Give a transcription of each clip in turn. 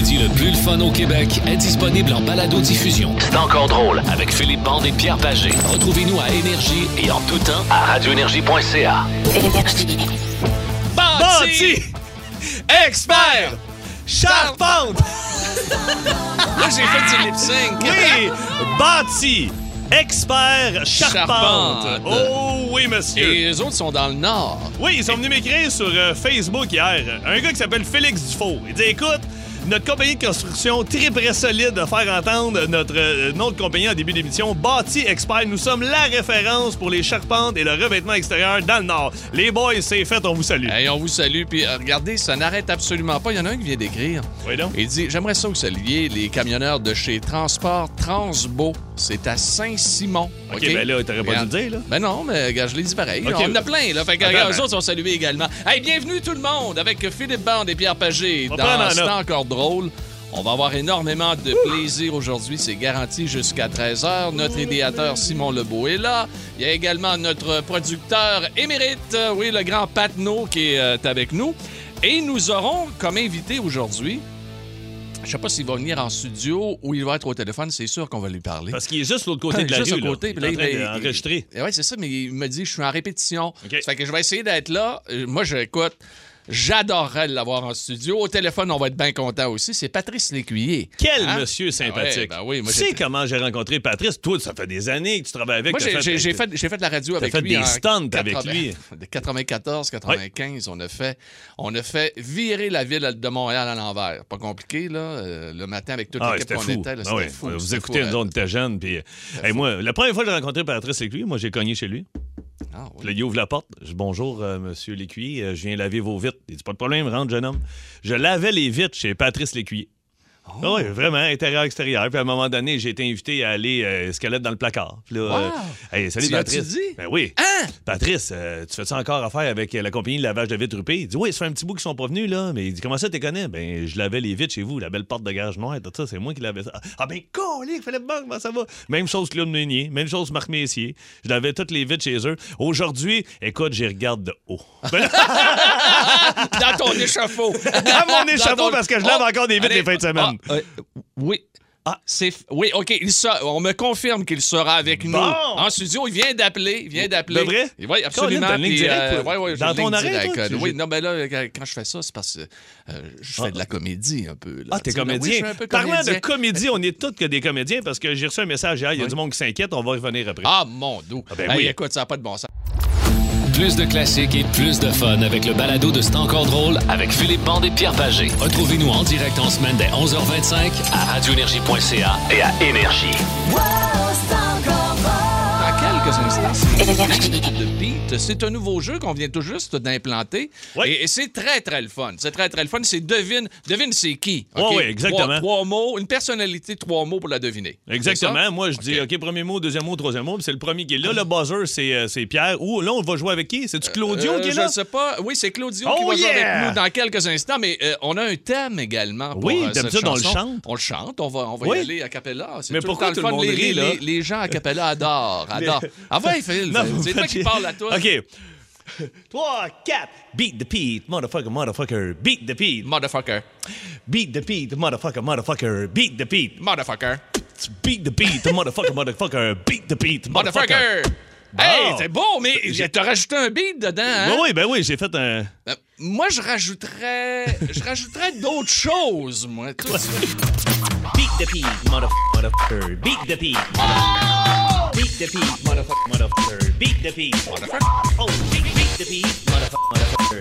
comédie le plus le fun au Québec est disponible en balado-diffusion. C'est encore drôle avec Philippe Bande et Pierre Pagé. Retrouvez-nous à Énergie et en tout temps à radioénergie.ca. Énergie. Bâti! Expert! Charpente! Là, j'ai fait du lip-sync. Oui! Bâti! Expert charpente. Oh oui, monsieur. Et les autres sont dans le Nord. Oui, ils sont venus m'écrire sur Facebook hier. Un gars qui s'appelle Félix Dufault. Il dit, écoute, notre compagnie de construction très très solide de faire entendre notre compagnie en début d'émission, Bâti Expert. Nous sommes la référence pour les charpentes et le revêtement extérieur dans le Nord. Les boys, c'est fait, on vous salue. Hey, on vous salue. Puis regardez, ça n'arrête absolument pas. Il y en a un qui vient d'écrire. Oui, donc. Il dit, j'aimerais ça que vous saluiez les camionneurs de chez Transport Transbo. C'est à Saint-Simon. OK, ben là, t'aurais pas dû le dire, là. Ben non, mais regarde, je l'ai dit pareil. Okay. On en a plein, là. Fait que regarde, eux autres sont salués également. Hey, bienvenue tout le monde avec Philippe Bande et Pierre Pagé dans C'est encore drôle. On va avoir énormément de plaisir aujourd'hui, c'est garanti jusqu'à 13h. Notre idéateur Simon Lebeau est là. Il y a également notre producteur émérite, oui, le grand Patnaud qui est avec nous. Et nous aurons comme invité aujourd'hui, je sais pas s'il va venir en studio ou il va être au téléphone, c'est sûr qu'on va lui parler. Parce qu'il est juste de l'autre côté de la rue, à côté, là. Il est en train d'enregistrer. Oui, c'est ça, mais il me dit, je suis en répétition. Okay. Ça fait que je vais essayer d'être là. Moi, j'écoute. J'adorerais l'avoir en studio. Au téléphone, on va être bien content aussi. C'est Patrice Lécuyer. Quel monsieur sympathique. Ah ouais, ben oui, tu sais comment j'ai rencontré Patrice? Toi, ça fait des années que tu travailles avec. Moi, j'ai fait de la radio avec lui. T'as fait des stunts avec lui. De 94, 95, on a fait virer la ville de Montréal à l'envers. Pas compliqué, là. Le matin, avec toute l'équipe qu'on était. Là, c'était fou. Vous écoutez, nous autres, on était jeunes. Puis, moi, la première fois que j'ai rencontré Patrice Lécuyer, moi, j'ai cogné chez lui. Ah, oui. Là, il ouvre la porte. Je dis, bonjour, monsieur Lécuyer, je viens laver vos vitres. Il dit, pas de problème, rentre, jeune homme. Je lavais les vitres chez Patrice Lécuyer. Oh. Oui, vraiment, intérieur-extérieur. Puis à un moment donné, j'ai été invité à aller squelette dans le placard. Puis là, hey, salut tu Patrice. As-tu dit? Ben oui. Hein? Patrice, tu fais ça encore affaire avec la compagnie de lavage de vitres Rupé? Il dit, oui, ça fait un petit bout qu'ils sont pas venus, là. Mais il dit, comment ça, tu connais? Ben, je lavais les vitres chez vous, la belle porte de garage noire, tout ça, c'est moi qui lavais ça. Ah, ben, colique, Philippe Bande, comment ça va? Même chose Claude Meunier, même chose Marc Messier. Je lavais toutes les vitres chez eux. Aujourd'hui, écoute, j'y regarde de haut. Dans ton échafaud. Dans mon échafaud, parce que je lave encore des vitres les fins de semaine. Oui. Oui, OK. On me confirme qu'il sera avec nous en studio. Il vient d'appeler. De vrai? Oui, absolument. Dans ton arrêt, toi? Oui, non, mais là, quand je fais ça, c'est parce que je fais de la comédie un peu. Là. Ah, t'es comédien? Oui, je suis un peu Parlant comédien. de comédie, on est tous que des comédiens parce que j'ai reçu un message hier. Il y a du monde qui s'inquiète. On va y revenir après. Ah, mon Dieu. Oui. Écoute, ça n'a pas de bon sens. Plus de classiques et plus de fun avec le balado de C'est encore drôle avec Philippe Bande et Pierre Pagé. Retrouvez-nous en direct en semaine dès 11h25 à radioénergie.ca et à Énergie. Dans quelques instants, c'est The Beat. C'est un nouveau jeu qu'on vient tout juste d'implanter. Oui. Et c'est très, très le fun. C'est très, très le fun. C'est devine c'est qui. Okay? Oui, exactement. Trois mots, une personnalité, 3 mots pour la deviner. Exactement. Moi, je dis, OK, premier mot, deuxième mot, troisième mot. Puis c'est le premier qui est là. Le buzzer, c'est Pierre. Ou là, on va jouer avec qui? C'est-tu Claudio qui est là? Je ne sais pas. Oui, c'est Claudio qui va jouer avec nous dans quelques instants. Mais on a un thème également pour d'habitude, cette on le chanson. chante. On le chante. On va y aller a cappella. Mais pourquoi tout le monde rit, là? Les gens a cappella adorent. Ah ouais, Phil. C'est toi qui parles à toi. OK. 3, 4. Beat the Pete, motherfucker. Beat the Pete. Motherfucker. Beat the Pete, motherfucker. Beat the Pete. Motherfucker. Beat the Pete, motherfucker. Beat the Pete, motherfucker. Bon. Hey, c'est beau, mais t'as rajouté un beat dedans, hein? Ben oui, j'ai fait un... Moi, je rajouterais d'autres choses, moi. Tout ça. Beat the Pete, motherfucker. Beat the Pete. Beat the Pete, motherfucker. Beat the Pete. Oh, beat the Pete, motherfucker.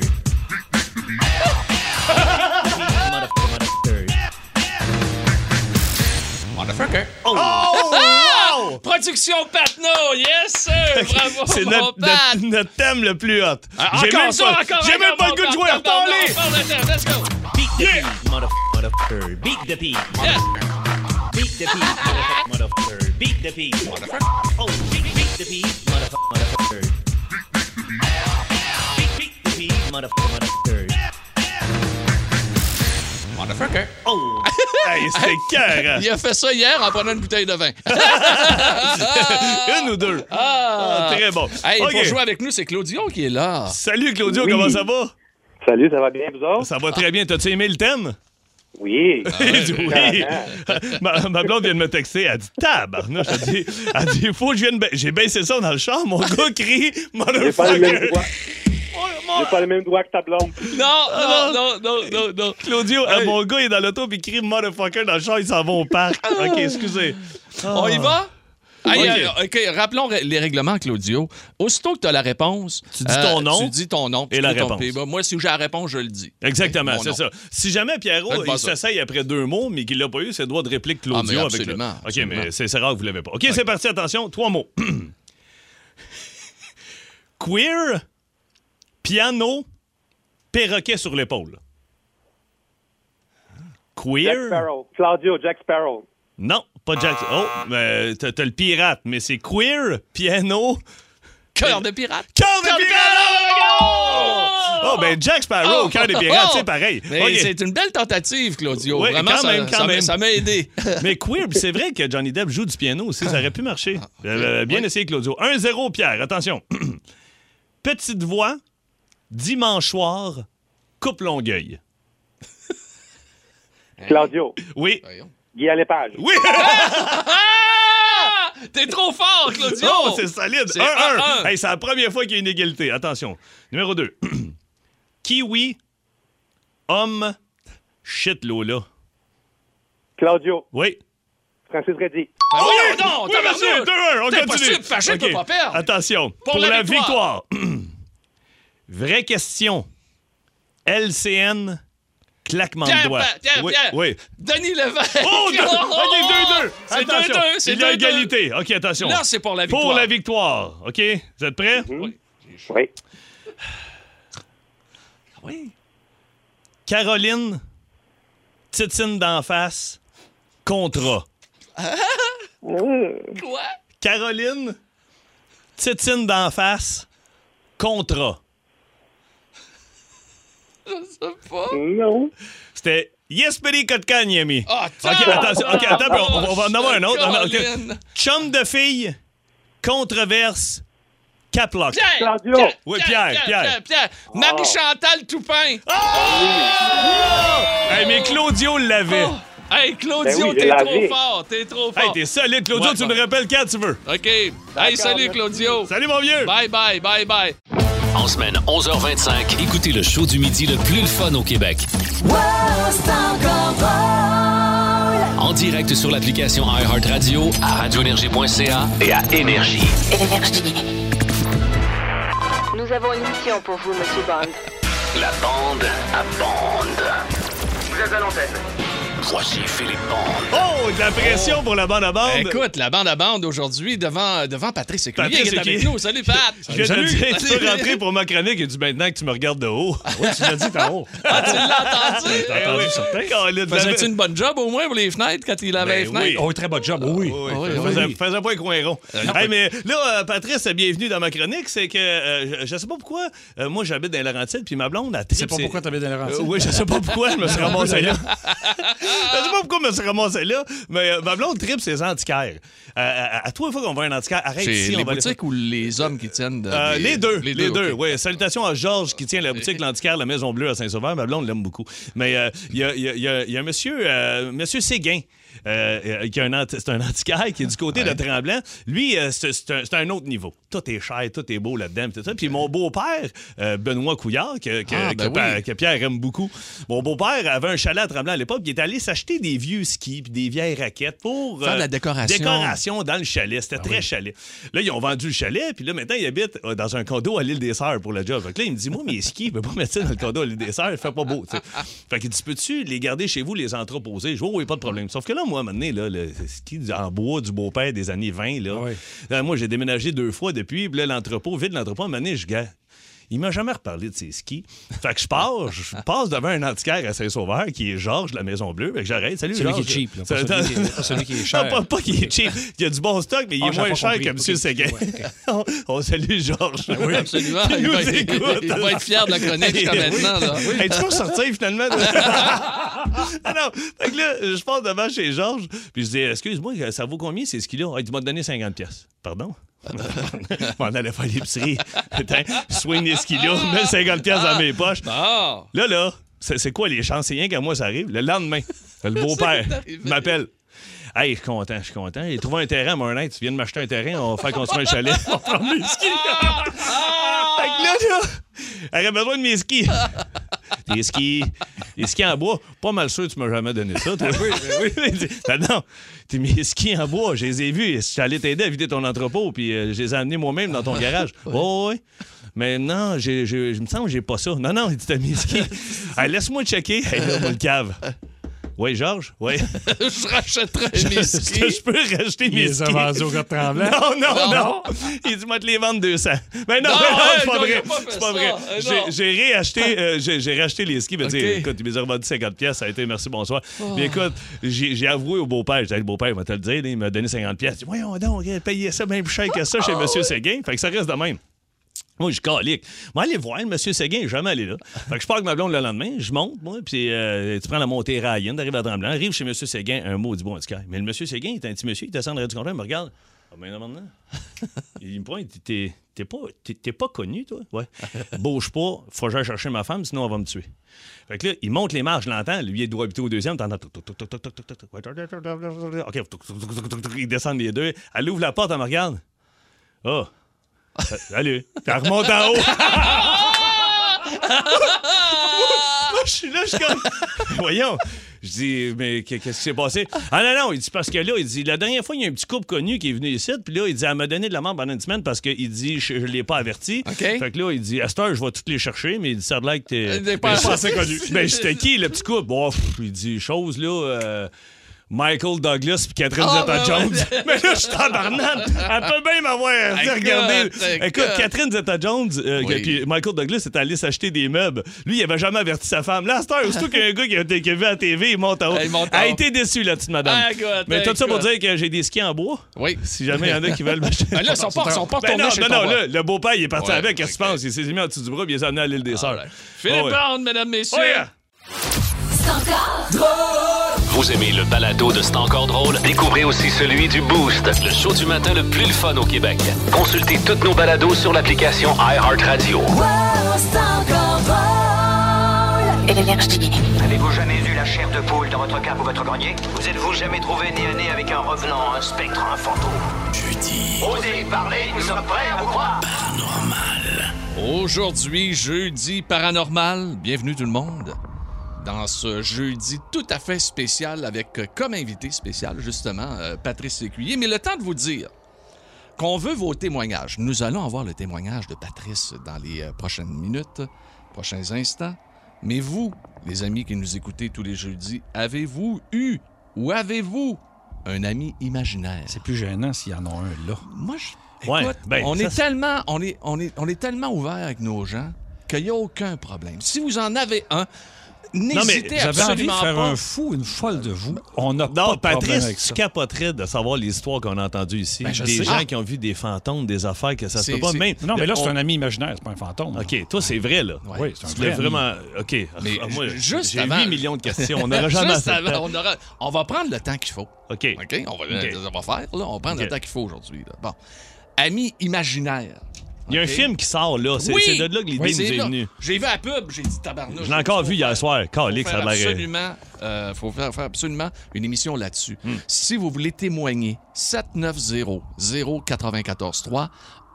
Motherfucker. Oh, wow! Production Patnaud, yes sir! Bravo, c'est notre thème le plus hot. J'ai même pas le goût de jouer à parler! Let's go! Beat the Pete, motherfucker. Beat the Pete. Yes! Beat the Pete, motherfucker. Beat the Pete. Motherfucker. Oh, beat the Pete, motherfucker. Beat the Pete, motherfucker. Motherfucker. Oh! Hey, c'était cœur! Il a fait ça hier en prenant une bouteille de vin. Une ou deux? Très bon. Hey, okay. Pour jouer avec nous, c'est Claudio qui est là. Salut Claudio, comment ça va? Salut, ça va bien, vous autres? Ça va très bien. T'as-tu aimé le thème? Oui. Il dit oui. Ma blonde vient de me texter. Elle dit tabarnouche. Elle dit faut que je vienne. J'ai baissé ça dans le char. Mon gars crie J'ai pas le même motherfucker. doigt. J'ai pas le même doigt que ta blonde. Non. Claudio, mon gars il est dans l'auto puis il crie motherfucker dans le char. Il s'en va au parc. OK, excusez. On y va? OK. Rappelons les règlements, Claudio. Aussitôt que tu as la réponse, Tu dis ton nom. Tu dis ton nom. Et la réponse. Moi, si j'ai la réponse, je le dis. Exactement, Mon c'est nom. ça. Si jamais Pierrot, Faites pas il ça. s'essaye après 2 mots, mais qu'il l'a pas eu, c'est le droit de réplique Claudio mais avec le... absolument, OK, absolument. mais c'est rare que vous l'avez pas. OK, c'est parti, attention, 3 mots. Queer, piano, perroquet sur l'épaule. Jack Queer? Sparrow. Claudio, Jack Sparrow. Non, pas Jack... Oh, mais t'as le pirate, mais c'est queer, piano... Cœur de pirate. Cœur de pirate! Oh, ben Jack Sparrow, Oh! cœur de pirate, Oh! c'est pareil. Mais OK. c'est une belle tentative, Claudio. Oui, Vraiment, quand même. ça m'a aidé. Mais queer, puis c'est vrai que Johnny Depp joue du piano aussi, ça aurait pu marcher. Bien essayé, Claudio. 1-0, Pierre, attention. Petite voix, dimanche soir, coupe Longueuil. Claudio. Oui. Voyons. Guy Lepage. Oui! T'es trop fort, Claudio! Oh, c'est solide. C'est 1-1. 1-1. Hey, c'est la première fois qu'il y a une égalité. Attention. Numéro 2. Kiwi, homme, shit, Lola. Claudio. Oui. Francis Reddy. Ben voyons donc, Oui, tabarnak! merci, 2-1, on T'es continue. pas fâché, OK. tu peux pas perdre. Attention, Pour la victoire. Vraie question. LCN, claquement Pierre, de doigts. Pierre, oui, Pierre. oui. Denis Lévesque. Oh, OK, 2-2. C'est Attention, 2-2, c'est il y a 2-2. égalité. OK, attention. Là, c'est pour la victoire. Pour la victoire. OK, vous êtes prêts? Oui. Oui. Caroline, titine d'en face, contrat. Quoi? Caroline, titine d'en face, contrat. Je sais pas. Non. C'était Yesperi Kotkaniemi. Ah, OK, attention. OK, attends, puis on va en avoir un autre. Caroline. OK. Chum de fille, controverse, caplock. Pierre! Claudio. Oui, Pierre. Marie-Chantal Toupin. Hey, mais Claudio l'avait. Oh. Hey, Claudio, Ben oui, je t'es l'avais. trop fort. T'es trop fort. Hey, t'es solide, Claudio. Ouais, tu me rappelles quand tu veux. OK. Hey, salut, Claudio. Salut, mon vieux. Bye, bye, bye, bye. En semaine, 11h25, écoutez le show du midi le plus le fun au Québec. En direct sur l'application iHeartRadio, à radioénergie.ca et à Énergie. Nous avons une mission pour vous, Monsieur Bond. La bande à bande. Vous êtes à l'antenne. Voici Philippe Bond. Oh, de la pression pour la bande à bande. Écoute, la bande à bande aujourd'hui devant Patrice Écuyer qui Patrice est avec Écuyer. nous. Salut, Pat. Je viens de te dire, tu peux rentrer pour ma chronique et du maintenant que tu me regardes de haut. Oui, tu l'as dit t'en haut. Ah, tu l'as entendu? T'as entendu certain? Faisais-tu une bonne job au moins pour les fenêtres quand il avait les Ben fenêtres? oui. Oh, très bon job, oui. Faisais pas un coin rond. Hey, mais là, Patrice, bienvenue dans ma chronique. C'est que je sais pas pourquoi, moi j'habite dans les Laurentides, puis ma blonde, elle Tu sais pas pourquoi t'avais dans les Laurentides? oui, je sais pas pourquoi je me suis ramassé là. Je sais pas pourquoi je me suis ramassé là, mais ma blonde tripe ses antiquaires. À tous les fois qu'on voit un antiquaire, arrête C'est ici, les on va aller boutiques ou les hommes qui tiennent de... les deux. Les deux. ok. Oui. Salutations à Georges qui tient la boutique L'Antiquaire, la Maison Bleue à Saint-Sauveur. Ma blonde l'aime beaucoup. Mais il y a un monsieur Séguin. Qui c'est un antiquaire qui est du côté de Tremblant. Lui, c'est un autre niveau. Tout est cher, tout est beau là-dedans. Tout ça. Puis mon beau-père, Benoît Couillard, que Pierre aime beaucoup, mon beau-père avait un chalet à Tremblant à l'époque. Il est allé s'acheter des vieux skis puis des vieilles raquettes pour faire de la décoration. dans le chalet. C'était très chalet. Là, ils ont vendu le chalet. Puis là, maintenant, il habite dans un condo à l'île des Sœurs pour le job. Fait que là, il me dit, moi, mes skis, je peux pas mettre ça dans le condo à l'île des Sœurs. Il fait pas beau. T'sais. Fait qu'il dit, peux-tu les garder chez vous, les entreposer? Je dis, oh, oui, pas de problème. Sauf que là, moi, à un moment donné, là, le ski en bois du beau-père des années 20, là, moi, j'ai déménagé 2 fois depuis. Puis là, l'entrepôt, vide l'entrepôt, à un moment donné, je gagne. Il m'a jamais reparlé de ses skis. Fait que je passe devant un antiquaire à Saint-Sauveur qui est Georges de la Maison Bleue. Fait que j'arrête. Salut, Celui Georges. qui est cheap, là, pas celui qui est cher. Non, pas qui est cheap. Il y a du bon stock, mais il est j'ai moins pas cher compris. que M. Séguin. On salue Georges. Oui, absolument. Qui nous écoute. Il va être fier de la chronique jusqu'à maintenant. Là. Hey, tu peux ressortir finalement? Ah non. Fait que là, je passe devant chez Georges, puis je dis, excuse-moi, ça vaut combien ces skis-là? Ah, il m'a donné 50$. Pardon? On allait faire l'épicerie. Swing les skis-là, mets 50$ dans mes poches. Ah! Là, C'est quoi les chances? C'est rien qu'à moi, ça arrive. Le lendemain, le beau-père m'appelle. Hey, je suis content. Il a trouvé un terrain, mon night. Tu viens de m'acheter un terrain, on va faire construire un chalet. On va prendre mes skis. Fait que là, elle aurait besoin de mes skis. Des skis en bois. Pas mal sûr que tu m'as jamais donné ça, toi. Oui. Non, mes skis en bois, je les ai vus. Je suis allé t'aider à vider ton entrepôt, puis je les ai amenés moi-même dans ton garage. Oui. Mais non, je me semble que j'ai pas ça. Non, il dit t'as mes skis. Hey, laisse-moi checker. Hey, là, moi, le cave. Oui, Georges? Oui. Je rachèterais mes skis. Je peux racheter mes skis. Les a vendus au gars de Tremblant. Non. Il dit, moi, te les vendre 200. Mais non, c'est pas vrai. C'est pas vrai. J'ai racheté les skis. Mais okay. Écoute, il m'a revendu 50$. Ça a été merci, bonsoir. Mais écoute, j'ai avoué au beau-père. J'ai dit, le beau-père, il va te le dire. Il m'a donné 50$. Il dit, voyons donc, payez ça bien plus cher que ça chez M. Séguin. Fait que ça reste de même. Moi, je calique. Moi, allez voir, le monsieur Séguin, il n'est jamais allé là. Fait que je pars avec ma blonde le lendemain, je monte, moi, puis tu prends la montée Ryan, t'arrives à Tremblant, arrive chez monsieur Séguin, un mot du bon handicap. Mais le monsieur Séguin, il est un petit monsieur, il descend de du comptoir, il me regarde. Ah, ben, maintenant. Il me pointe, t'es pas connu, toi? Ouais. Bouge pas, faut que j'aille chercher ma femme, sinon on va me tuer. Fait que là, il monte les marches, je l'entends, lui, il doit habiter au deuxième, t'entends. OK, ils descendent les deux. Elle ouvre la porte, elle me regarde. Oh. Salut. Tu remontes en haut. Moi, je suis là, je suis comme... Voyons. Je dis, mais qu'est-ce qui s'est passé? Ah non, il dit, parce que là, il dit, la dernière fois, il y a un petit couple connu qui est venu ici, puis là, il dit, elle m'a donné de la menthe pendant une semaine parce qu'il dit, je l'ai pas averti. Okay. Fait que là, il dit, à cette heure, je vais toutes les chercher, mais il dit, ça a l'air que t'es... pas assez connu. Ben, j'étais qui, le petit couple? Bon, il dit, chose, là... Michael Douglas puis Catherine Zeta-Jones. Mais là, je suis en barnade. Elle peut bien m'avoir regardé. Écoute, Catherine Zeta-Jones puis Michael Douglas est allé s'acheter des meubles. Lui, il avait jamais averti sa femme. Là, à cette heure, surtout qu'il y a un gars qui a vu à la TV, il monte en haut. Elle a été déçue, la petite madame. Mais tout ça pour dire que j'ai des skis en bois. Oui. Si jamais il y en a qui veulent m'acheter. Là, ils sont pas retournés chez toi. Non, là, le beau-père, il est parti avec. Qu'est-ce que tu penses? Il s'est mis en dessous du bras puis il s'est amené à l'île des Sœurs. Philippe Bond, mesdames, messieurs. Vous aimez le balado de C'est encore drôle? Découvrez aussi celui du Boost, le show du matin le plus fun au Québec. Consultez toutes nos balados sur l'application iHeartRadio. Avez-vous jamais vu la chair de poule dans votre cave ou votre grenier? Vous êtes-vous jamais trouvé nez à nez avec un revenant, un spectre, un fantôme? Jeudi. Osez parler, nous sommes prêts à vous croire. Paranormal. Aujourd'hui, jeudi paranormal. Bienvenue tout le monde dans ce jeudi tout à fait spécial avec comme invité spécial, justement, Patrice Lécuyer. Mais le temps de vous dire qu'on veut vos témoignages. Nous allons avoir le témoignage de Patrice dans les prochaines minutes, prochains instants. Mais vous, les amis qui nous écoutez tous les jeudis, avez-vous eu ou avez-vous un ami imaginaire? C'est plus gênant s'il y en a un là. Moi, écoute, on est tellement ouvert avec nos gens qu'il n'y a aucun problème. Si vous en avez un, n'hésitez j'avais envie de absolument faire pas. un fou, une folle de vous. On n'a pas de problème avec Patrice, ça. tu capoterais de savoir les histoires qu'on a entendues ici. Ben, je des sais. gens qui ont vu des fantômes, des affaires que ça se C'est- peut pas. c'est- Même, Non, mais là, c'est un ami imaginaire, c'est pas un fantôme. OK, toi, c'est vrai, là. Ouais. Oui, c'est un Tu vrai l'as ami. vraiment... OK. Mais Moi, juste j'ai avant- 8 millions de questions. On n'aura jamais Juste assez de avant, temps. on va prendre le temps qu'il faut. OK. OK? On va faire, là. On va prendre OK. le temps qu'il faut aujourd'hui. Là. Bon. Ami imaginaire. Il y a un OK? film qui sort, là. C'est Oui! c'est de là que l'idée Oui, nous c'est est là. venue. J'ai vu à la pub, j'ai dit tabarnouche. Je l'ai encore vu hier soir. Calique, ça a l'air... Faut faire absolument une émission là-dessus. Si vous voulez témoigner, 790-094-3,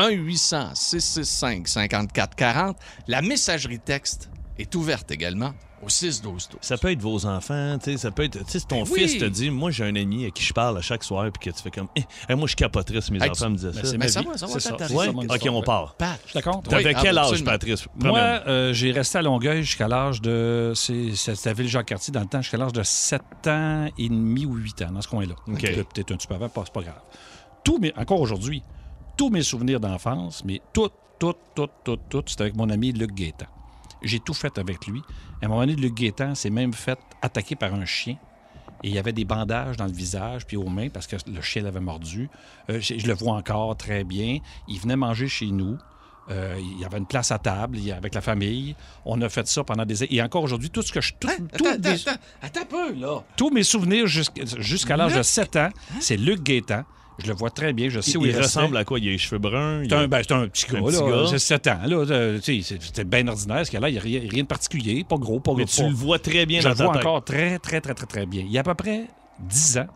1-800-665-5440. La messagerie texte est ouverte également au 6-12-12. Ça peut être vos enfants, tu sais, ça peut être... Tu sais, si ton Ben oui. fils te dit, moi, j'ai un ami à qui je parle à chaque soir, puis que tu fais comme, moi, je capoterais si mes Hey, enfants me disaient ça. c'est Mais ma ça vie. va, ça va. C'est ça. t'arrives. Ouais? ça, mon OK, histoire. on part. Pat. Je te compte? T'avais quel âge, absolument. Patrice? Moi, j'ai resté à Longueuil jusqu'à l'âge de... C'était Ville-Jacques-Cartier dans le temps, jusqu'à l'âge de 7 ans et demi ou 8 ans, dans ce coin-là. OK. Peut-être un petit peu avant, c'est pas grave. Encore aujourd'hui, tous mes souvenirs d'enfance, mais tout, c'était avec mon ami Luc Gaétan. J'ai tout fait avec lui. À un moment donné, Luc Gaétan s'est même fait attaquer par un chien. Et il y avait des bandages dans le visage puis aux mains parce que le chien l'avait mordu. Je le vois encore très bien. Il venait manger chez nous. Il y avait une place à table avec la famille. On a fait ça pendant des années. Et encore aujourd'hui, tout ce que je... Attends un peu, là. Tous mes souvenirs jusqu'à l'âge de 7 ans, c'est Luc Gaétan Je le vois très bien. Je sais où il ressemble à quoi? Il a les cheveux bruns? C'est un petit gars, là. C'est 7 ans, là. C'était bien ordinaire, ce qu'il a là. Il n'y a rien de particulier. Pas gros, pas gros. Mais tu le vois très bien dans ta tête. Je le vois encore très, très, très, très, très bien. Il y a à peu près 10 ans,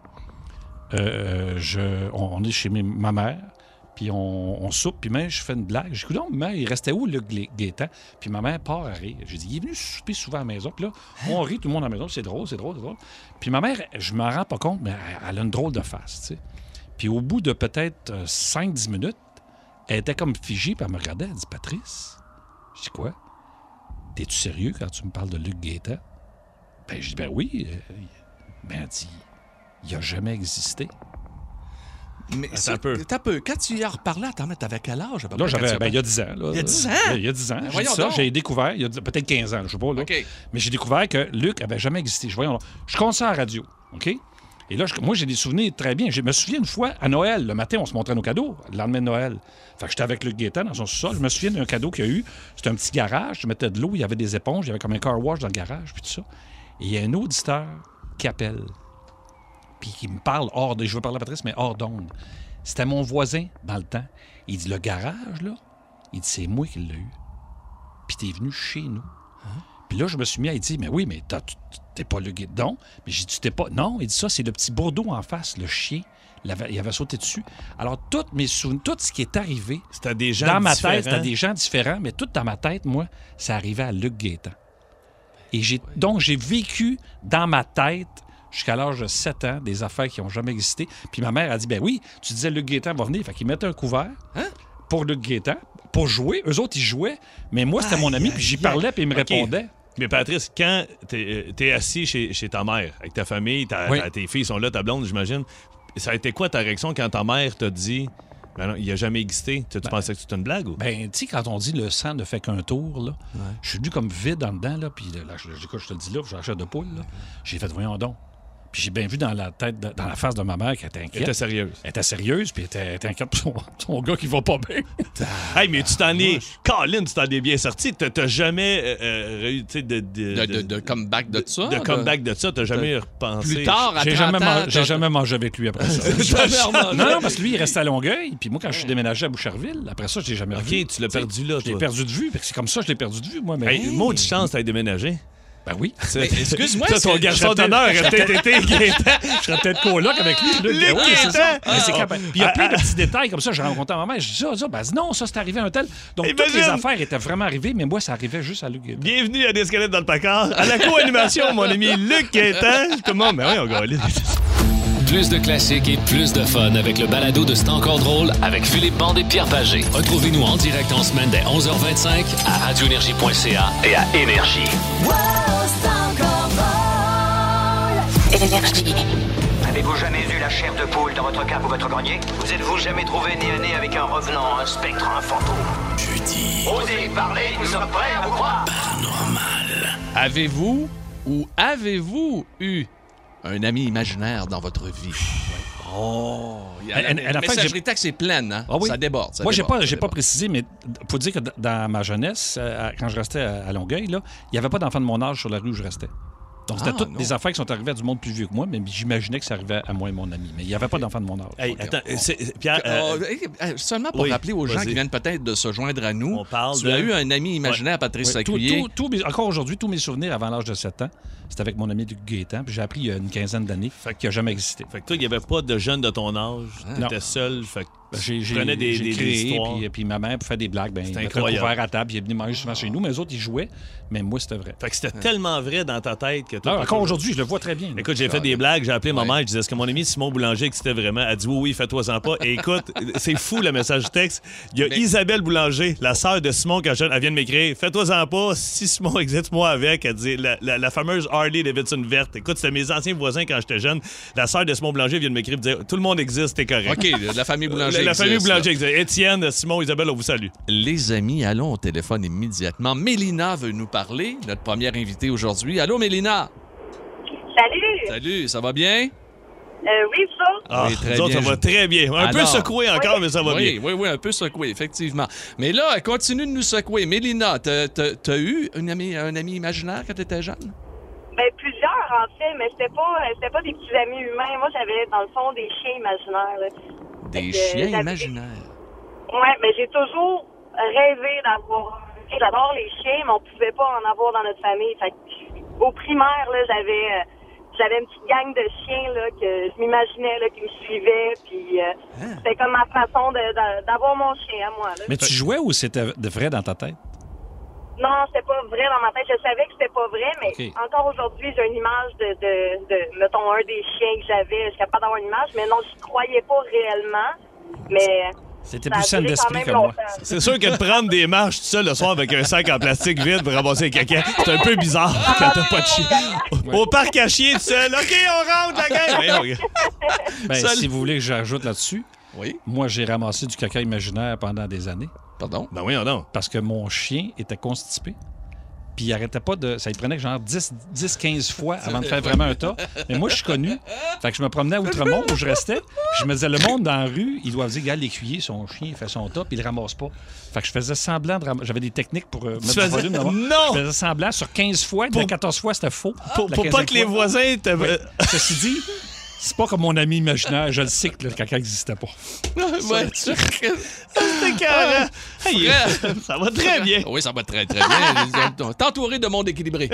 on est chez ma mère, puis on soupe, puis même je fais une blague. Je dis, non, maman, il restait où, le Gaétan? Puis ma mère part à rire. J'ai dit, il est venu souper souvent à la maison. Puis là, on rit, tout le monde à la maison. C'est drôle. Puis ma mère, je m'en rends pas compte, mais elle a une drôle de face, tu sais. Puis au bout de peut-être 5-10 minutes, elle était comme figée, puis elle me regardait. Elle dit, Patrice, je dis, quoi? T'es-tu sérieux quand tu me parles de Luc Gaétan? Ben, je dis, ben oui. Ben, elle dit, il a jamais existé. Mais t'as peu. Quand tu y as reparlé, t'avais quel âge? Là, j'avais, il y a 10 ans. Là, il y a 10 ans? Il y a 10 ans. Ben, j'ai dit ça, j'ai découvert, il y a peut-être 15 ans, je sais pas. Là. Okay. Mais j'ai découvert que Luc avait jamais existé. Je compte ça à la radio, OK? Et là, moi, j'ai des souvenirs très bien. Je me souviens une fois, à Noël, le matin, on se montrait nos cadeaux, le lendemain de Noël. Fait que j'étais avec Luc Gaétan dans son sous-sol. Je me souviens d'un cadeau qu'il y a eu. C'était un petit garage. Je mettais de l'eau, il y avait des éponges, il y avait comme un car wash dans le garage, puis tout ça. Et il y a un auditeur qui appelle, puis qui me parle je veux parler à Patrice, mais hors d'onde. C'était mon voisin dans le temps. Il dit, le garage, là, il dit, c'est moi qui l'ai eu. Puis t'es venu chez nous. Puis là, je me suis mis à dire, mais oui, mais t'es pas le guidon. Mais j'ai dit, tu t'es pas... Non, il dit, ça, c'est le petit Bordeaux en face, le chien. Il avait sauté dessus. Alors, tous mes souvenirs, tout ce qui est arrivé... C'était des gens dans ma différents. tête, c'était des gens différents, mais tout dans ma tête, moi, ça arrivait à Luc Gaétan. Et donc, j'ai vécu dans ma tête... jusqu'à l'âge de 7 ans, des affaires qui n'ont jamais existé. Puis ma mère a dit, ben oui, tu disais Luc Gaétan va venir. Fait qu'ils mettaient un couvert pour Luc Gaétan, pour jouer. Eux autres, ils jouaient. Mais moi, c'était mon ami, puis j'y parlais, puis il me répondait. Mais Patrice, quand t'es assis chez ta mère, avec ta famille, tes filles sont là, ta blonde, j'imagine, ça a été quoi ta réaction quand ta mère t'a dit... Ben non, il n'a jamais existé. Tu pensais que c'était une blague ou? Ben, tu sais, quand on dit le sang ne fait qu'un tour, là, je suis venu comme vide en dedans, là, puis là, je te le dis là, j'ai la chair de poule, là. J'ai fait, voyons donc. Puis j'ai bien vu dans la tête, dans la face de ma mère qu'elle était inquiète. Elle était sérieuse. Elle était sérieuse, puis elle était inquiète pour son gars qui va pas bien. Hey, mais tu t'en es... Colin, tu t'en es bien sorti. T'as jamais eu, tu sais, de comeback de ça? De comeback de ça, t'as jamais repensé... Plus tard, à 30 ans... J'ai jamais mangé avec lui après ça. Non, parce que lui, il restait à Longueuil, puis moi, quand je suis déménagé à Boucherville, après ça, je l'ai jamais vu. OK, tu l'as perdu là, Je l'ai perdu de vue, parce que c'est comme ça, je l'ai perdu de vue, moi. Hey, maudite chance, t'as déménagé. Ben oui. Mais excuse-moi. Ça, ton garçon d'honneur aurait peut-être été Gaétan. Je serais peut-être coloc avec lui. Le oui, c'est ça. Puis il y a plein de petits détails comme ça. J'ai rencontré à ma mère. Je dis ça. Ben, non, ça, c'est arrivé à un tel. Donc, toutes les affaires étaient vraiment arrivées, mais moi, ça arrivait juste à Luc Gaétan. Bienvenue à Des squelettes dans le placard. À la co-animation, mon ami Luc Gaétan. Tout le monde, ben oui, on gagne. Plus de classiques et plus de fun avec le balado de C'est encore drôle avec Philippe Bande et Pierre Pagé. Retrouvez-nous en direct en semaine dès 11h25 à radioénergie.ca et à Énergie. Avez-vous jamais eu la chair de poule dans votre cave ou votre grenier? Vous êtes-vous jamais trouvé nez à nez avec un revenant, un spectre, un fantôme? Jeudi. Osez parler, nous sommes prêts à vous croire. Paranormal. Avez-vous eu un ami imaginaire dans votre vie? Oh! La messagerie texte est pleine, hein? Ah oui. Ça déborde. Moi, j'ai pas précisé, mais il faut dire que dans ma jeunesse, quand je restais à Longueuil, là, il n'y avait pas d'enfants de mon âge sur la rue où je restais. Donc, c'était toutes des affaires qui sont arrivées à du monde plus vieux que moi, mais j'imaginais que ça arrivait à moi et mon ami. Mais il n'y avait pas d'enfants de mon âge. Hey, attends, Pierre... seulement pour rappeler aux gens qui viennent peut-être de se joindre à nous, tu as eu un ami imaginaire, Patrice Saculier. Encore aujourd'hui, tous mes souvenirs avant l'âge de 7 ans, c'était avec mon ami Luc Gaétan. Puis j'ai appris il y a une quinzaine d'années qu'il n'a jamais existé. Fait que toi, il n'y avait pas de jeunes de ton âge. Tu étais seul. Fait que j'ai prenais des histoires. Puis ma mère, pour faire des blagues, il mettait un couvert à table. Il est venu manger souvent chez nous. Mais eux autres, ils jouaient. Mais moi, c'était vrai. Fait que c'était tellement vrai dans ta tête que toi... Encore aujourd'hui, je le vois très bien. Écoute, j'ai fait des blagues. J'ai appelé ma mère. Je disais, est-ce que mon ami Simon Boulanger existait vraiment? Elle dit, oui, fais-toi-en pas. Et écoute, c'est fou le message texte. Il y a Isabelle Boulanger, la sœur de Simon, quand elle vient de m'écrire, fais-toi-en pas. Si Simon existe, moi avec. Elle dit, la fameuse Harley Davidson verte. Écoute, c'était mes anciens voisins quand j'étais jeune. La sœur de Simon Boulanger vient de m'écrire et dire, tout le monde existe, t'es correct. OK, la famille Boulanger La famille Boulanger existe. Étienne, Simon, Isabelle, on vous salue. Les amis, allons au téléphone immédiatement. Mélina veut nous parler, notre première invitée aujourd'hui. Allô, Mélina? Salut! Salut, ça va bien? Oui, ça? Oui, très nous autres, bien. ça va très bien. Un peu secoué encore, mais ça va bien. Oui, un peu secoué, effectivement. Mais là, continue de nous secouer. Mélina, t'as eu un ami imaginaire quand t'étais jeune? Ben, plusieurs, en fait, mais c'était pas des petits amis humains. Moi, j'avais, dans le fond, des chiens imaginaires, là. Des chiens imaginaires. Ouais, mais j'ai toujours rêvé d'avoir... J'adore les chiens, mais on pouvait pas en avoir dans notre famille. Fait que, au primaire, là, j'avais une petite gang de chiens là, que je m'imaginais là, qui me suivaient. Puis c'était comme ma façon d'avoir mon chien à moi. Là. Mais tu jouais ou c'était vrai dans ta tête? Non, c'était pas vrai dans ma tête. Je savais que c'était pas vrai, mais encore aujourd'hui, j'ai une image de mettons, un des chiens que j'avais. Je suis capable d'avoir une image, mais non, je croyais pas réellement. Mais... C'était plus sain d'esprit que moi. C'est sûr que de prendre des marches tout seul le soir avec un sac en plastique vide pour ramasser les caca, c'est un peu bizarre quand t'as pas de chien. Au parc à chier tout seul. OK, on rentre, la gang! Ben, si vous voulez que j'ajoute là-dessus, moi, j'ai ramassé du caca imaginaire pendant des années. Pardon? Ben oui, non. Parce que mon chien était constipé. Puis il arrêtait pas de... Ça lui prenait genre 10-15 fois avant de faire vraiment un tas. Mais moi, je suis connu. Fait que je me promenais à Outremont où je restais. Puis je me disais, le monde dans la rue, ils doivent dire, regarde, l'écuyer, son chien, il fait son tas, puis il le ramasse pas. Fait que je faisais semblant de ramasser. J'avais des techniques pour mettre du volume là-bas. Non! Je faisais semblant sur 15 fois. De 14 fois, c'était faux. Pour pas que les voisins... Ceci dit... C'est pas comme mon ami imaginaire. Je le sais que le caca n'existait pas. Ouais, c'est carré. Ça va très bien. Oui, ça va très, très bien. T'es entouré de monde équilibré.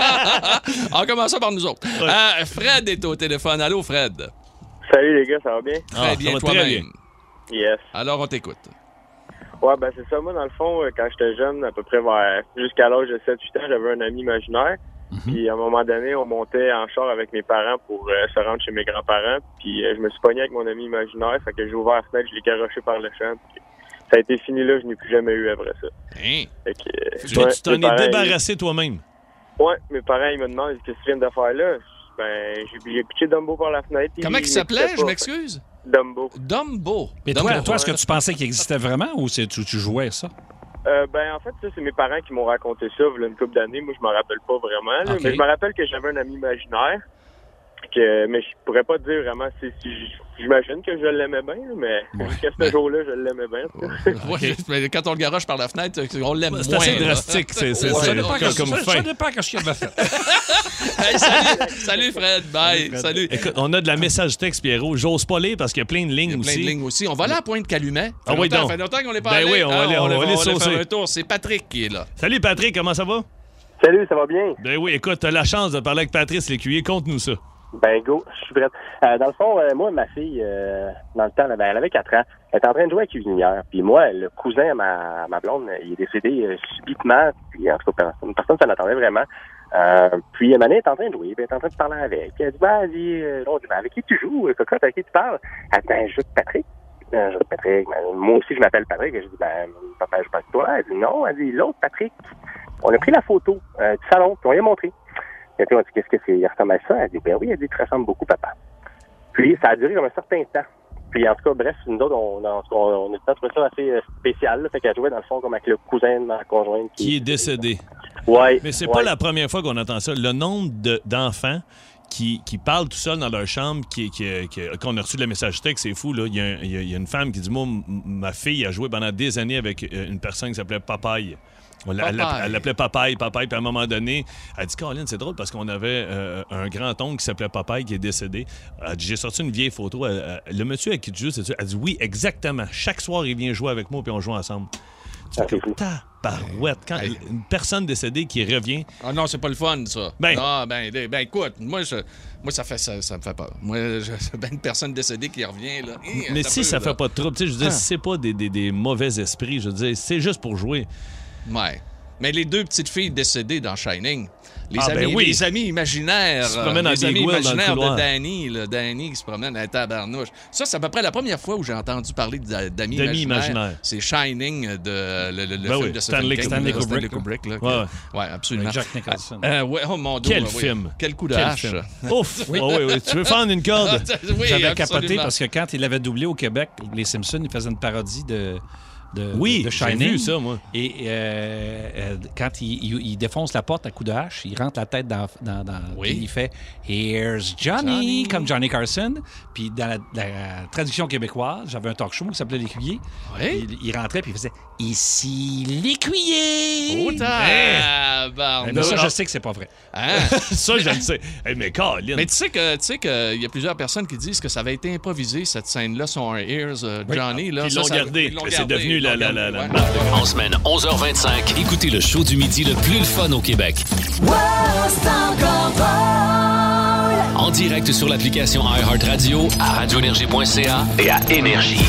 En commençant par nous autres. Fred est au téléphone. Allô, Fred? Salut, les gars, ça va bien? Très bien, toi-même. Yes. Alors, on t'écoute. Ouais, ben c'est ça. Moi, dans le fond, quand j'étais jeune, à peu près jusqu'à l'âge de 7-8 ans, j'avais un ami imaginaire. Puis à un moment donné, on montait en char avec mes parents pour se rendre chez mes grands-parents. Puis je me suis pogné avec mon ami imaginaire. Fait que j'ai ouvert la fenêtre, je l'ai garoché par le champ. Puis ça a été fini là, je n'ai plus jamais eu après ça. Fait que, tu t'en es débarrassé toi-même? Ouais, mes parents, ils me demandent qu'est-ce que tu viens de faire là. Ben, j'ai pitché Dumbo par la fenêtre. Comment il s'appelait? Je m'excuse. Dumbo. Dumbo. Mais toi, est-ce que tu pensais qu'il existait vraiment ou tu jouais ça? Ben, en fait, ça, c'est mes parents qui m'ont raconté ça il y a une couple d'années. Moi, je me rappelle pas vraiment. Là, mais je me rappelle que j'avais un ami imaginaire. Mais je pourrais pas te dire vraiment si j'imagine que je l'aimais bien, mais jusqu'à ce jour-là, je l'aimais bien. Oui, mais quand on le garoche par la fenêtre, on l'aime moins. C'est assez drastique, c'est comme fin. Ça dépend de ce qu'il a fait. Hey, salut Fred, bye. Salut. Écoute, on a de la message texte, Pierrot. J'ose pas lire parce qu'il y a plein de lignes aussi. Plein de lignes aussi. On va aller à Pointe-Calumet. Ah oui, donc. Ça fait longtemps qu'on n'est pas allé. Ben oui, on va aller faire un tour. C'est Patrick qui est là. Salut Patrick, comment ça va? Salut, ça va bien? Ben oui, écoute, t'as la chance de parler avec Patrice Lécuyer. Conte-nous ça. Ben go, je suis prête. Dans le fond, moi, ma fille, dans le temps, elle avait 4 ans. Elle était en train de jouer à la cuisinière. Puis moi, le cousin à ma blonde, il est décédé subitement. Puis en tout cas, personne s'en attendait vraiment. Puis Mané est en train de jouer, puis elle est en train de parler avec. Elle dit, avec qui tu joues, cocotte, avec qui tu parles? Elle dit, je joue avec Patrick. Je joue avec Patrick. Moi aussi, je m'appelle Patrick. Je dis, papa, je joue pas avec toi. Elle dit, non. Elle dit, l'autre Patrick. On a pris la photo du salon, puis on lui a montré. Et puis on dit, qu'est-ce que c'est? Il ressemble à ça? Elle dit, ben oui, elle dit, tu ressembles beaucoup, papa. Puis ça a duré comme un certain temps. Puis en tout cas, bref, nous autres, on a trouvé ça assez spécial. Là, fait qu'elle jouait dans le fond comme avec le cousin de ma conjointe. Qui est décédé. Ouais. Mais c'est pas la première fois qu'on entend ça. Le nombre d'enfants qui parlent tout seuls dans leur chambre, qu'on a reçu le message texte, c'est fou. Là. Il y a une femme qui dit, moi, ma fille a joué pendant des années avec une personne qui s'appelait Papaye. Elle l'appelait Papaye, puis à un moment donné, elle dit, Caroline, c'est drôle parce qu'on avait un grand-oncle qui s'appelait Papaye qui est décédé. Elle dit, j'ai sorti une vieille photo. Le monsieur avec qui tu joues, c'est ça? Elle dit, oui, exactement. Chaque soir, il vient jouer avec moi, puis on joue ensemble. Tu fais comme tabarouette. Quand une personne décédée qui revient... Ah non, c'est pas le fun, ça. Écoute, moi, ça me fait peur. Moi, une personne décédée qui revient, là... Mais si ça fait pas de trouble, tu sais, je veux dire, c'est pas des mauvais esprits, je veux dire, c'est juste pour jouer. Ouais. Mais les deux petites filles décédées dans Shining, les amis imaginaires, les amis imaginaires de Danny, Danny qui se promène à tabarnouche. Ça, c'est à peu près la première fois où j'ai entendu parler d'amis imaginaires. C'est Shining, le film de Stanley Kubrick. Là, ouais, absolument. Avec Jack Nicholson. Oh mon Dieu. Quel film. Quel coup de hache. Ouf. Oui. Tu veux fendre une corde? J'avais capoté parce que quand il avait doublé au Québec, les Simpsons, il faisait une parodie de Shining. J'ai vu ça, moi. Et quand il défonce la porte à coups de hache, il rentre la tête dans puis il fait « Here's Johnny », comme Johnny Carson. Puis dans la traduction québécoise, j'avais un talk show qui s'appelait L'Écuyer. Il rentrait puis il faisait « Ici l'Écuyer ». tabarnak. Mais ça, je sais que c'est pas vrai. Hein? Ça, je le sais. Hey, mais Colin. Mais tu sais qu'il y a plusieurs personnes qui disent que ça avait été improvisé, cette scène-là, son Ears, Johnny. Là, ils l'ont gardé. C'est devenu la marque. En semaine, 11h25, écoutez le show du midi le plus le fun au Québec. En direct sur l'application iHeartRadio, à radioénergie.ca et à Énergie.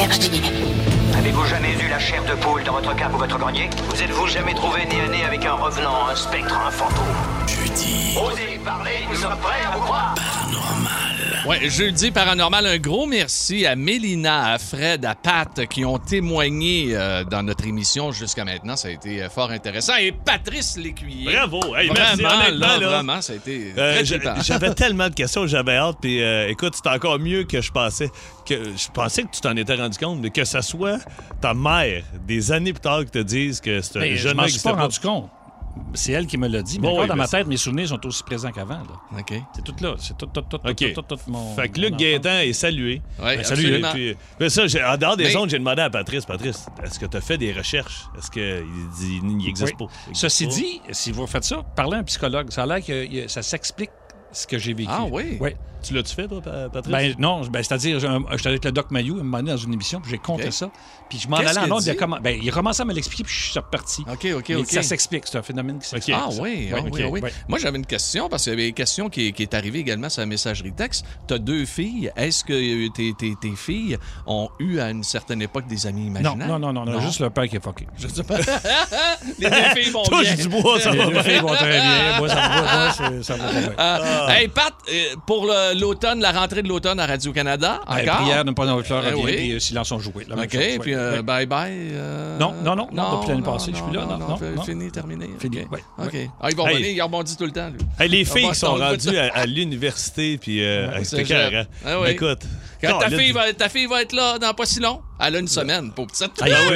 Avez-vous jamais eu la chair de poule dans votre cape ou votre grenier? Vous êtes-vous jamais trouvé nez à nez avec un revenant, un spectre, un fantôme? Jeudi. Osez parler, nous sommes prêts à vous croire. Paranormal. Ouais, jeudi paranormal, un gros merci à Mélina, à Fred, à Pat qui ont témoigné dans notre émission jusqu'à maintenant. Ça a été fort intéressant. Et Patrice Lécuyer. Bravo! Hey, merci, vraiment, honnêtement, là, vraiment, ça a été très trippant. J'avais tellement de questions, j'avais hâte. Puis écoute, c'est encore mieux que je pensais. Je pensais que tu t'en étais rendu compte, mais que ça soit ta mère, des années plus tard, qui te dise que c'est un jeune je m'en suis pas rendu compte. C'est elle qui me l'a dit. Mais Bon, dans ma tête, mes souvenirs sont aussi présents qu'avant. Là. OK. C'est tout là. C'est tout mon... Fait que Luc Gaétan est salué. Oui, Salut. absolument. Puis ça, en dehors des ondes, j'ai demandé à Patrice, est-ce que tu as fait des recherches? Est-ce qu'il n'existe pas? Ceci dit, si vous faites ça, parlez à un psychologue. Ça a l'air que ça s'explique ce que j'ai vécu. Ah oui? Oui. Tu l'as-tu fait, toi, Patrice? Ben non, c'est-à-dire, j'étais avec le Doc Mayou, un moment donné, dans une émission, puis j'ai compté ça. Puis je m'en allais en ondes. Il a commencé à me l'expliquer, puis je suis reparti. OK. Mais ça s'explique, c'est un phénomène qui s'explique. Ah oui, oui. Moi, j'avais une question, parce qu'il y avait une question qui est arrivée également sur la messagerie texte. Tu as 2 filles. Est-ce que tes filles ont eu, à une certaine époque, des amis imaginaires? Non. Juste le père qui est fucké. Les 2 filles vont bien. Touche du bois, ça va. Les 2 filles vont très bien. Moi, ça va pas bien. Hey, Pat, pour l'automne, la rentrée de l'automne à Radio-Canada, encore? Prière de ne pas dans le fleur à oui. puis silence ont joué. OK, puis bye-bye. Non, depuis l'année passée, je suis là. Non. Fini, terminé. Fini, OK. oui. OK. Ah, ils vont revenir, ils rebondissent tout le temps. Lui. Hey, les filles qui sont rendues à l'université, puis c'était carré. Écoute. Quand ta fille va être là dans pas si long, elle a une semaine, pauvre petite.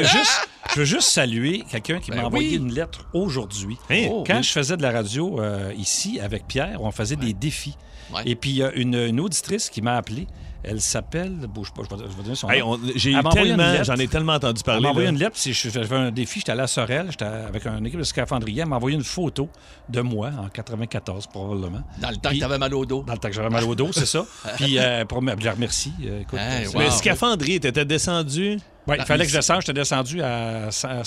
Je veux juste saluer quelqu'un qui m'a envoyé une lettre aujourd'hui. Quand je faisais de la radio ici avec Pierre, on faisait des défis. Ouais. Et puis, il y a une auditrice qui m'a appelé. Elle s'appelle... Bouge pas, je vais donner son nom. J'en ai tellement entendu parler. Elle m'a envoyé une lettre. Je faisais un défi. J'étais allé à Sorel. J'étais avec une équipe de scaphandriers. Elle m'a envoyé une photo de moi en 94, probablement. Dans le temps que tu avais mal au dos. Dans le temps que j'avais mal au dos, c'est ça. Puis, je la remercie. Écoute, mais scaphandrier, t'étais descendu... Oui, il fallait que je descende. J'étais descendu à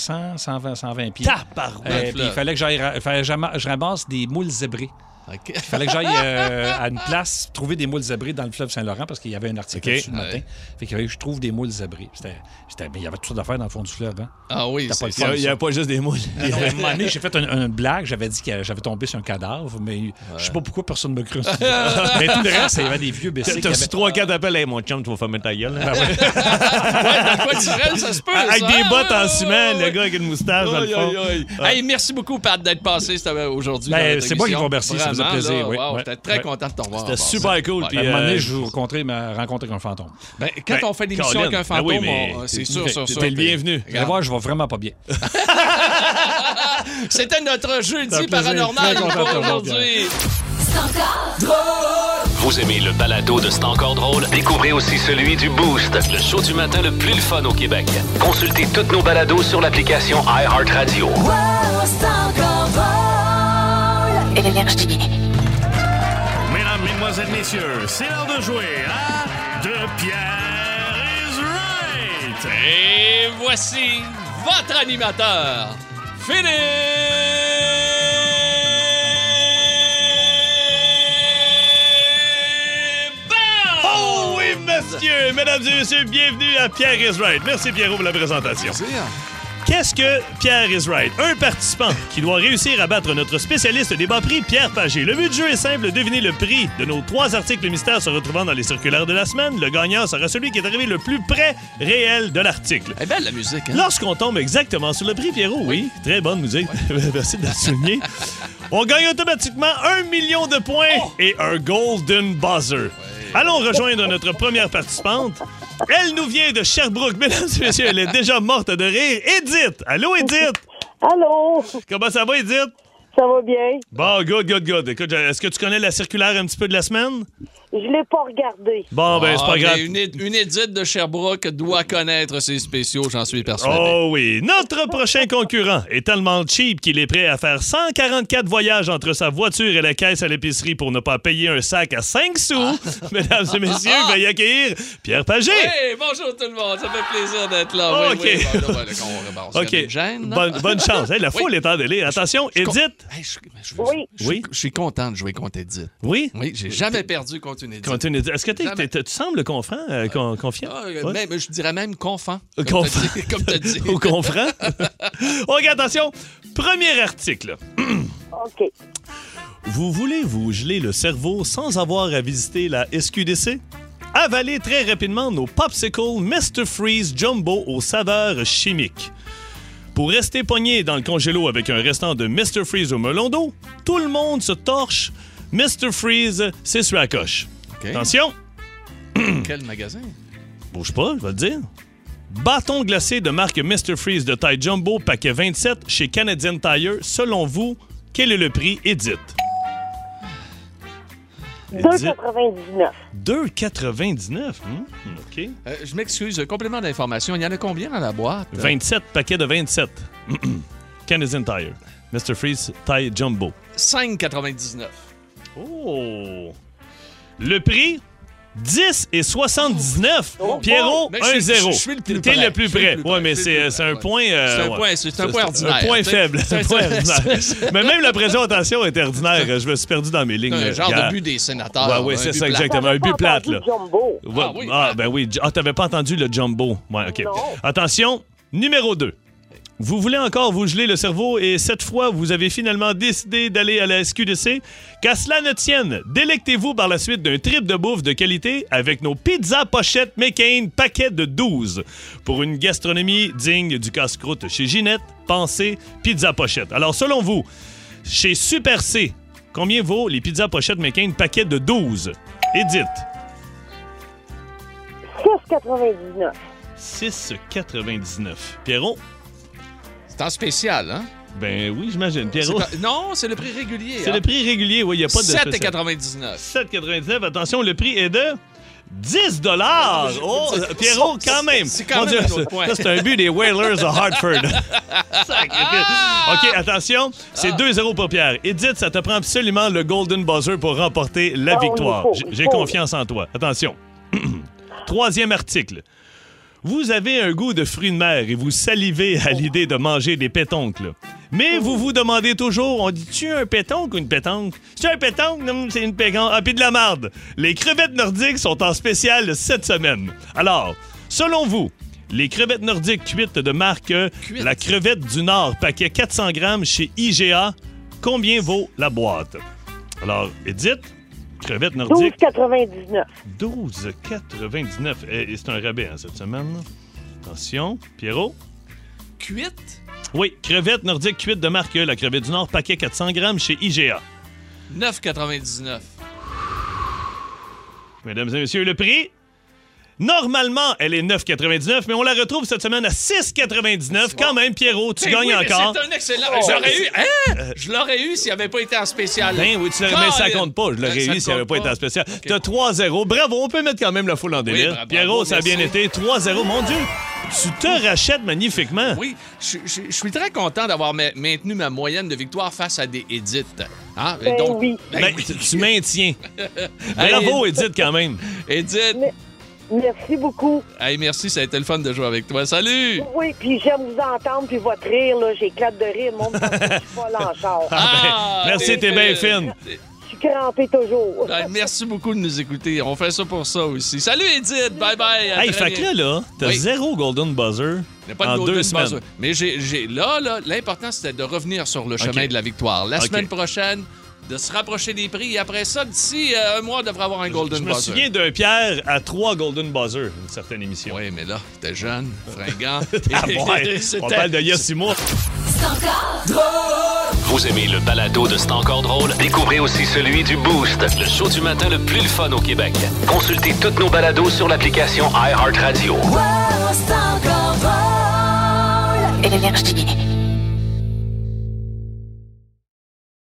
120 pieds. Tabarouette! Puis il fallait que je ramasse des moules zébrés. Okay. Il fallait que j'aille à une place trouver des moules zébrés dans le fleuve Saint-Laurent parce qu'il y avait un article dessus le matin. Fait qu'il fallait que je trouve des moules zébrés. Mais il y avait toutes sortes d'affaires dans le fond du fleuve. Hein? Ah oui, il n'y avait pas juste des moules. À un moment donné, j'ai fait une blague. J'avais dit que j'avais tombé sur un cadavre, mais je sais pas pourquoi personne ne me crut. Mais tout le reste, il y avait des vieux BC. T'as reçu 3-4 appels. Hey, mon chum, tu vas fermer ta gueule. Dans le coin du Sorel, ça se peut. Avec des bottes en ciment, le gars avec une moustache dans le fond. Hey, merci beaucoup, Pat, d'être passé aujourd'hui. C'est moi qui vous remercie. Ça faisait plaisir. J'étais très content de t'en voir. C'était super cool. Puis à un moment donné, je vous rencontrer avec un fantôme. Quand on fait l'émission avec un fantôme, c'est sûr. T'es le bienvenu. Vous allez voir, je vais vraiment pas bien. C'était notre jeudi paranormal pour aujourd'hui. Vous aimez le balado de C'est encore drôle? Découvrez aussi celui du Boost, le show du matin le plus le fun au Québec. Consultez toutes nos balados sur l'application iHeartRadio. Mesdames, mesdemoiselles, messieurs, c'est l'heure de jouer à De Pierre is Right. Et voici votre animateur, Philippe Bond! Oh oui, monsieur! Mesdames et messieurs, bienvenue à Pierre is Right. Merci, Pierrot, pour la présentation. Merci. Qu'est-ce que Pierre is Right? Un participant qui doit réussir à battre notre spécialiste des bas prix, Pierre Pagé. Le but du jeu est simple, deviner le prix de nos 3 articles mystères se retrouvant dans les circulaires de la semaine. Le gagnant sera celui qui est arrivé le plus près réel de l'article. Elle est belle, la musique. Hein? Lorsqu'on tombe exactement sur le prix, Pierrot, oui, très bonne musique. Merci de le souligner. On gagne automatiquement 1 million de points et un Golden Buzzer. Allons rejoindre notre première participante. Elle nous vient de Sherbrooke. Mesdames et messieurs, elle est déjà morte de rire. Edith! Allô, Edith? Allô? Comment ça va, Edith? Ça va bien? Bon, good. Écoute, est-ce que tu connais la circulaire un petit peu de la semaine? Je l'ai pas regardé. Bon, ben, c'est pas grave. Une édite de Sherbrooke doit connaître ses spéciaux, j'en suis persuadé. Oh oui. Notre prochain concurrent est tellement cheap qu'il est prêt à faire 144 voyages entre sa voiture et la caisse à l'épicerie pour ne pas payer un sac à 5 sous. Mesdames et messieurs, veuillez accueillir Pierre Pagé. Hey, bonjour tout le monde. Ça fait plaisir d'être là. OK. Oui, bonne chance. Hey, la foule est en délire. Attention, Edith. Je suis content de jouer contre Edith. Oui? Oui, j'ai jamais perdu contre une Edith. Est-ce que tu sembles confiant? Même, je dirais même confant. Comme tu as dit. Ou confrant? OK, attention. Premier article. OK. Vous voulez vous geler le cerveau sans avoir à visiter la SQDC? Avalez très rapidement nos popsicles Mr. Freeze Jumbo aux saveurs chimiques. Pour rester pogné dans le congélo avec un restant de Mr. Freeze au melon d'eau, tout le monde se torche. Mr. Freeze, c'est sur la coche. Okay. Attention! Quel magasin? Bouge pas, je vais te dire. Bâton glacé de marque Mr. Freeze de taille jumbo, paquet 27, chez Canadian Tire. Selon vous, quel est le prix, Edith? 2,99. 2,99? OK. Je m'excuse, complément d'information. Il y en a combien dans la boîte? 27, paquet de 27. Canadian Tire. Mr. Freeze, taille jumbo. 5,99. Oh! Le prix? 10,79. Pierrot, 1-0. T'es le plus près. Oui, mais c'est un point... c'est un point ordinaire. Un point faible. Mais même la présentation était ordinaire. Je me suis perdu dans mes lignes. Un genre de but des sénateurs. Oui, c'est ça, exactement. Un but plate, là. Jumbo. Ben oui. Ah, t'avais pas entendu le jumbo. Ouais, OK. Non. Attention, numéro 2. Vous voulez encore vous geler le cerveau et cette fois, vous avez finalement décidé d'aller à la SQDC? Qu'à cela ne tienne, délectez-vous par la suite d'un trip de bouffe de qualité avec nos pizzas pochettes McCain paquet de 12. Pour une gastronomie digne du casse-croûte chez Ginette, pensez pizza pochette. Alors, selon vous, chez Super C, combien vaut les pizzas pochettes McCain paquet de 12? Edith? 6,99. 6,99. Pierrot? C'est en spécial, hein? Ben oui, j'imagine. Pierrot? Non, c'est le prix régulier. C'est le prix régulier, oui. Il n'y a pas de... 7,99. 7,99. Attention, le prix est de 10 $. Oh, Pierrot, quand même. C'est quand même un autre point. Ça, c'est un but des Whalers de Hartford. OK, attention. C'est 2-0 pour Pierre. Edith, ça te prend absolument le Golden Buzzer pour remporter la victoire. J'ai confiance en toi. Attention. Troisième article. Vous avez un goût de fruits de mer et vous salivez à l'idée de manger des pétoncles. Mais vous vous demandez toujours, on dit-tu un pétoncle ou une pétoncle? C'est un pétoncle? Non, c'est une pétoncle. Ah, puis de la marde. Les crevettes nordiques sont en spécial cette semaine. Alors, selon vous, les crevettes nordiques cuites de marque La Crevette du Nord, paquet 400 grammes chez IGA, combien vaut la boîte? Alors, Edith? Crevettes nordiques. 12,99. 12,99. Et c'est un rabais cette semaine. Attention. Pierrot? Cuite? Oui, crevettes nordiques cuites de marque La Crevette du Nord, paquet 400 grammes chez IGA. 9,99. Mesdames et messieurs, le prix? Normalement, elle est 9,99, mais on la retrouve cette semaine à 6,99. Quand même, Pierrot, tu gagnes encore. C'est un excellent. Je l'aurais eu s'il n'avait pas été en spécial. Ben oui, mais ça compte pas. Je l'aurais eu s'il n'avait pas été en spécial. Okay. T'as 3-0. Bravo, on peut mettre quand même la foule en délire. Oui, Pierrot, ça a bien été. 3-0. Mon Dieu, tu te rachètes magnifiquement. Oui, je suis très content d'avoir maintenu ma moyenne de victoire face à des Edith. Hein? Donc, oui. Tu maintiens. Bravo, Edith, quand même. Edith. Merci beaucoup. Hey, merci, ça a été le fun de jouer avec toi. Salut! Oui, puis j'aime vous entendre, puis votre rire, là, j'éclate de rire, mon pense que je suis folle en char. Merci, t'es bien fine. Je suis crampé toujours. Merci beaucoup de nous écouter. On fait ça pour ça aussi. Salut, Edith! Bye-bye! Hey, fait que là, t'as zéro Golden Buzzer en 2 semaines. Buzzer. Mais là, l'important, c'était de revenir sur le chemin de la victoire. La semaine prochaine, de se rapprocher des prix. Et après ça, d'ici un mois, on devrait avoir un Golden Buzzer. Je me souviens d'un Pierre à 3 Golden Buzzer, une certaine émission. Oui, mais là, t'es jeune, fringant. On parle de il y a 6 mois. Vous aimez le balado de C'est encore drôle? Découvrez aussi celui du Boost, le show du matin le plus le fun au Québec. Consultez toutes nos balados sur l'application iHeartRadio. Wow, c'est encore drôle. Énergie.